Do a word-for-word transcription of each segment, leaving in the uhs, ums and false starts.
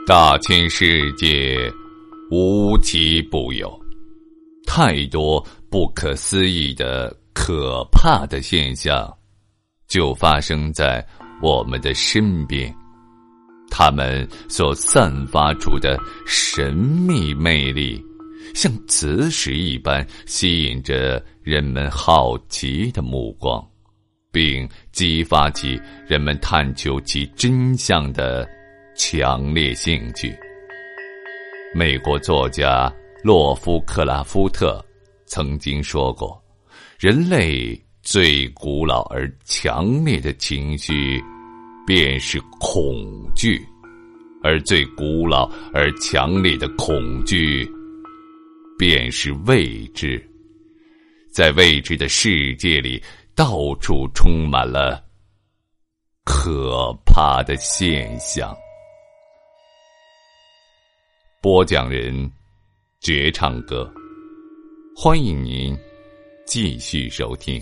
大千世界无奇不有，太多不可思议的可怕的现象就发生在我们的身边，它们所散发出的神秘魅力像磁石一般吸引着人们好奇的目光，并激发起人们探求其真相的强烈兴趣。美国作家洛夫克拉夫特曾经说过，人类最古老而强烈的情绪便是恐惧，而最古老而强烈的恐惧便是未知。在未知的世界里，到处充满了可怕的现象。播讲人绝唱歌，欢迎您继续收听。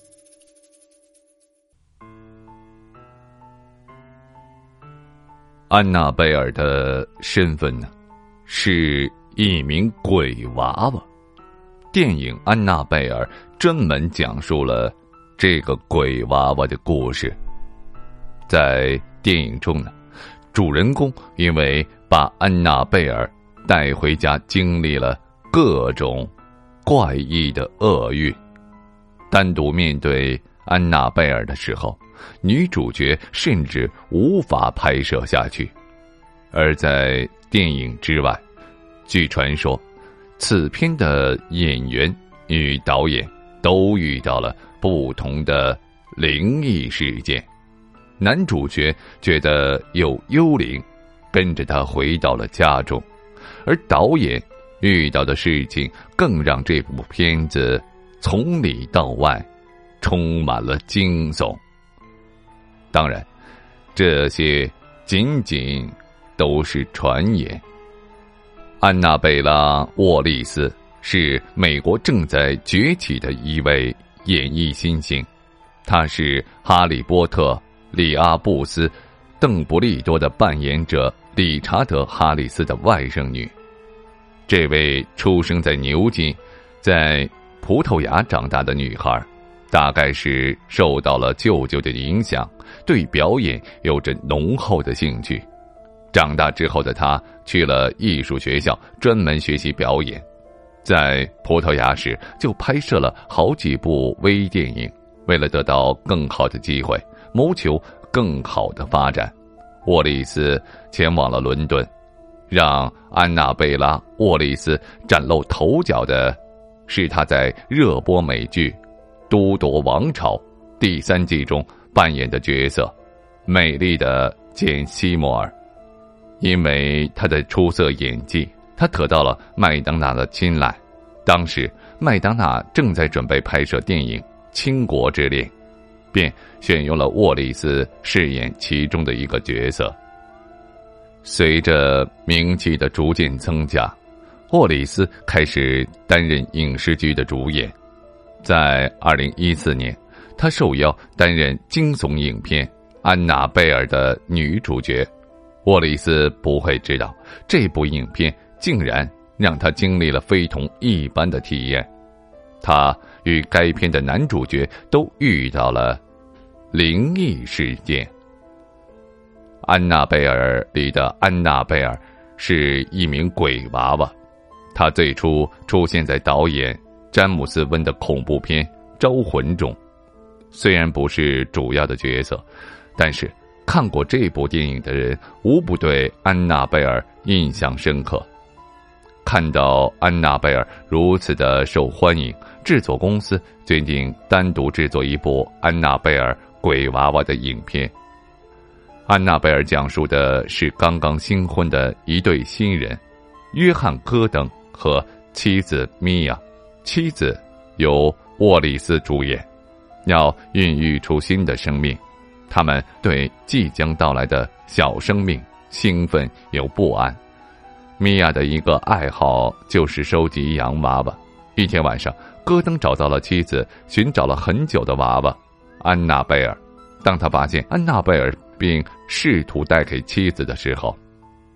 安娜贝尔的身份呢，是一名鬼娃娃。电影《安娜贝尔》专门讲述了这个鬼娃娃的故事。在电影中呢，主人公因为把安娜贝尔带回家，经历了各种怪异的厄运。单独面对安娜贝尔的时候，女主角甚至无法拍摄下去。而在电影之外，据传说，此片的演员与导演都遇到了不同的灵异事件。男主角觉得有幽灵跟着他回到了家中，而导演遇到的事情更让这部片子从里到外充满了惊悚。当然，这些仅仅都是传言。安娜贝拉·沃利斯是美国正在崛起的一位演艺新星，她是哈利波特里阿布斯·邓布利多的扮演者理查德·哈里斯的外甥女。这位出生在牛津，在葡萄牙长大的女孩，大概是受到了舅舅的影响，对表演有着浓厚的兴趣。长大之后的她去了艺术学校，专门学习表演。在葡萄牙时就拍摄了好几部微电影。为了得到更好的机会，谋求更好的发展，沃利斯前往了伦敦。让安娜贝拉·沃利斯崭露头角的是她在热播美剧《都铎王朝》第三季中扮演的角色美丽的简·西摩尔。因为她的出色演技，她得到了麦当娜的青睐。当时麦当娜正在准备拍摄电影《倾国之恋》，便选用了沃利斯饰演其中的一个角色。随着名气的逐渐增加，沃利斯开始担任影视剧的主演。在二零一四年，他受邀担任惊悚影片《安娜贝尔》的女主角。沃利斯不会知道，这部影片竟然让他经历了非同一般的体验。他与该片的男主角都遇到了灵异事件。安娜贝尔里的安娜贝尔是一名鬼娃娃，她最初出现在导演詹姆斯温的恐怖片《招魂》中。虽然不是主要的角色，但是看过这部电影的人无不对安娜贝尔印象深刻。看到安娜贝尔如此的受欢迎，制作公司决定单独制作一部安娜贝尔鬼娃娃的影片。安娜贝尔讲述的是刚刚新婚的一对新人，约翰·戈登和妻子米娅，妻子由沃利斯主演，要孕育出新的生命。他们对即将到来的小生命兴奋又不安。米娅的一个爱好就是收集洋娃娃。一天晚上，戈登找到了妻子寻找了很久的娃娃安娜贝尔。当他发现安娜贝尔并试图带给妻子的时候，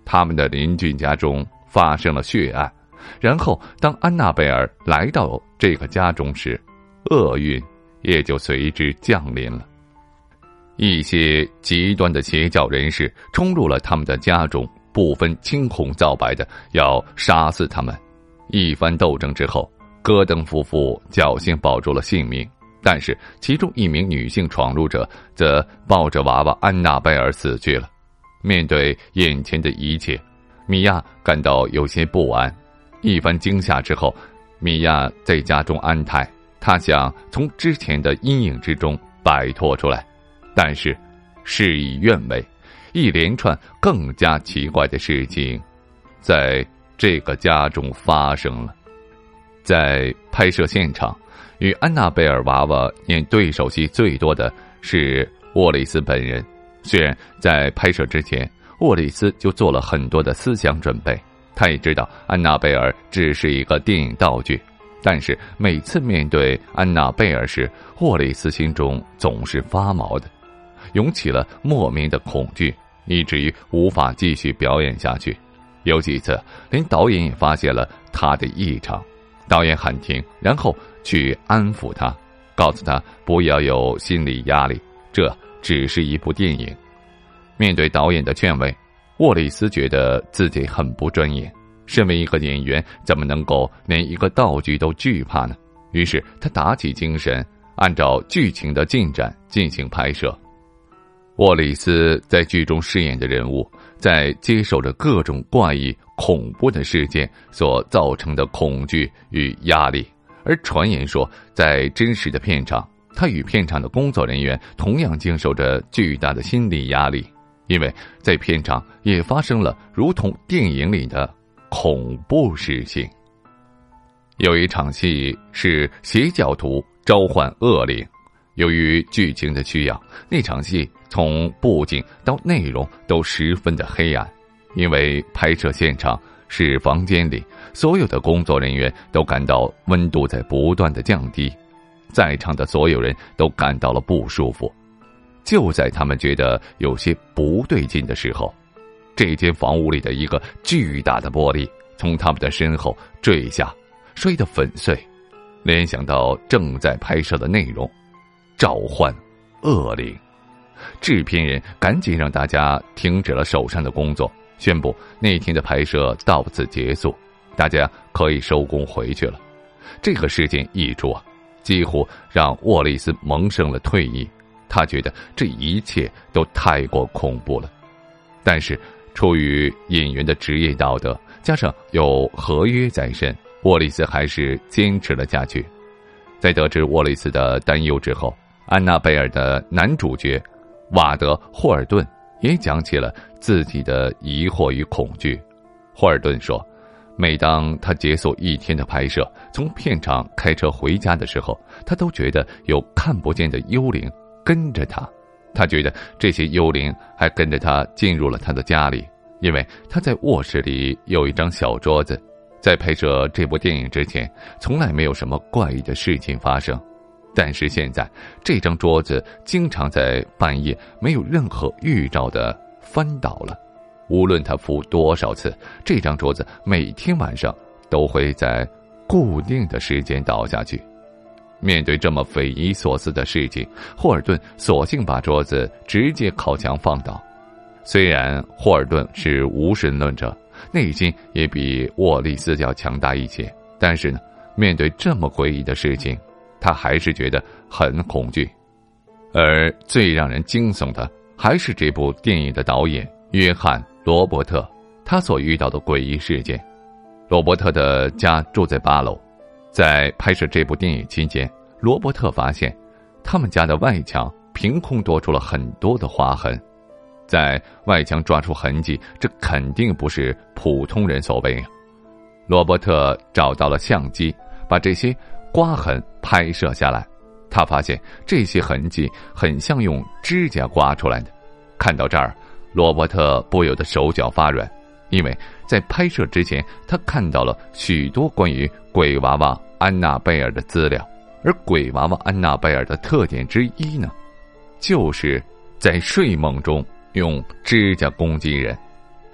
他们的邻居家中发生了血案，然后当安娜贝尔来到这个家中时，厄运也就随之降临了。一些极端的邪教人士冲入了他们的家中，不分青红皂白的要杀死他们。一番斗争之后，戈登夫妇侥幸保住了性命，但是其中一名女性闯入者则抱着娃娃安娜贝尔死去了。面对眼前的一切，米娅感到有些不安。一番惊吓之后，米娅在家中安泰，她想从之前的阴影之中摆脱出来，但是事与愿违，一连串更加奇怪的事情在这个家中发生了。在拍摄现场，与安娜贝尔娃娃演对手戏最多的是沃里斯本人。虽然在拍摄之前，沃里斯就做了很多的思想准备，他也知道安娜贝尔只是一个电影道具，但是每次面对安娜贝尔时，沃里斯心中总是发毛的，涌起了莫名的恐惧，以至于无法继续表演下去。有几次连导演也发现了他的异常，导演喊停，然后去安抚他，告诉他不要有心理压力，这只是一部电影。面对导演的劝慰，沃里斯觉得自己很不专业，身为一个演员，怎么能够连一个道具都惧怕呢？于是他打起精神，按照剧情的进展进行拍摄。沃里斯在剧中饰演的人物，在接受着各种怪异恐怖的事件所造成的恐惧与压力，而传言说，在真实的片场，他与片场的工作人员同样经受着巨大的心理压力，因为在片场也发生了如同电影里的恐怖事情。有一场戏是邪教徒召唤恶灵，由于剧情的需要，那场戏从布景到内容都十分的黑暗。因为拍摄现场是房间里，所有的工作人员都感到温度在不断的降低，在场的所有人都感到了不舒服。就在他们觉得有些不对劲的时候，这间房屋里的一个巨大的玻璃从他们的身后坠下，摔得粉碎。联想到正在拍摄的内容，召唤恶灵，制片人赶紧让大家停止了手上的工作，宣布那天的拍摄到此结束，大家可以收工回去了。这个事件一出啊，几乎让沃利斯萌生了退意，他觉得这一切都太过恐怖了。但是出于演员的职业道德，加上有合约在身，沃利斯还是坚持了下去。在得知沃利斯的担忧之后，安娜贝尔的男主角瓦德·霍尔顿也讲起了自己的疑惑与恐惧。霍尔顿说，每当他结束一天的拍摄，从片场开车回家的时候，他都觉得有看不见的幽灵跟着他。他觉得这些幽灵还跟着他进入了他的家里，因为他在卧室里有一张小桌子。在拍摄这部电影之前，从来没有什么怪异的事情发生，但是现在这张桌子经常在半夜没有任何预兆的翻倒了。无论他扶多少次，这张桌子每天晚上都会在固定的时间倒下去。面对这么匪夷所思的事情，霍尔顿索性把桌子直接靠墙放倒。虽然霍尔顿是无神论者，内心也比沃利斯要强大一些，但是呢，面对这么诡异的事情，他还是觉得很恐惧。而最让人惊悚的还是这部电影的导演约翰·罗伯特，他所遇到的诡异事件。罗伯特的家住在八楼，在拍摄这部电影期间，罗伯特发现他们家的外墙凭空多出了很多的划痕。在外墙抓出痕迹，这肯定不是普通人所为啊！罗伯特找到了相机，把这些刮痕拍摄下来。他发现这些痕迹很像用指甲刮出来的。看到这儿，罗伯特不由得手脚发软，因为在拍摄之前，他看到了许多关于鬼娃娃安娜贝尔的资料，而鬼娃娃安娜贝尔的特点之一呢，就是在睡梦中用指甲攻击人。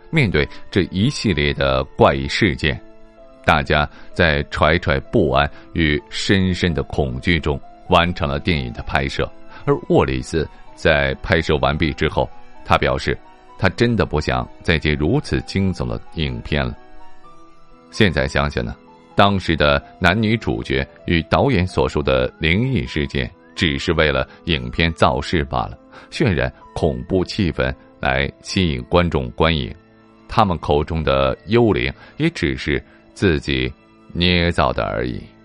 面对这一系列的怪异事件，大家在惴惴不安与深深的恐惧中完成了电影的拍摄。而沃里斯在拍摄完毕之后，他表示他真的不想再接如此惊悚的影片了。现在想想呢，当时的男女主角与导演所说的灵异事件只是为了影片造势罢了，渲染恐怖气氛来吸引观众观影，他们口中的幽灵也只是自己捏造的而已。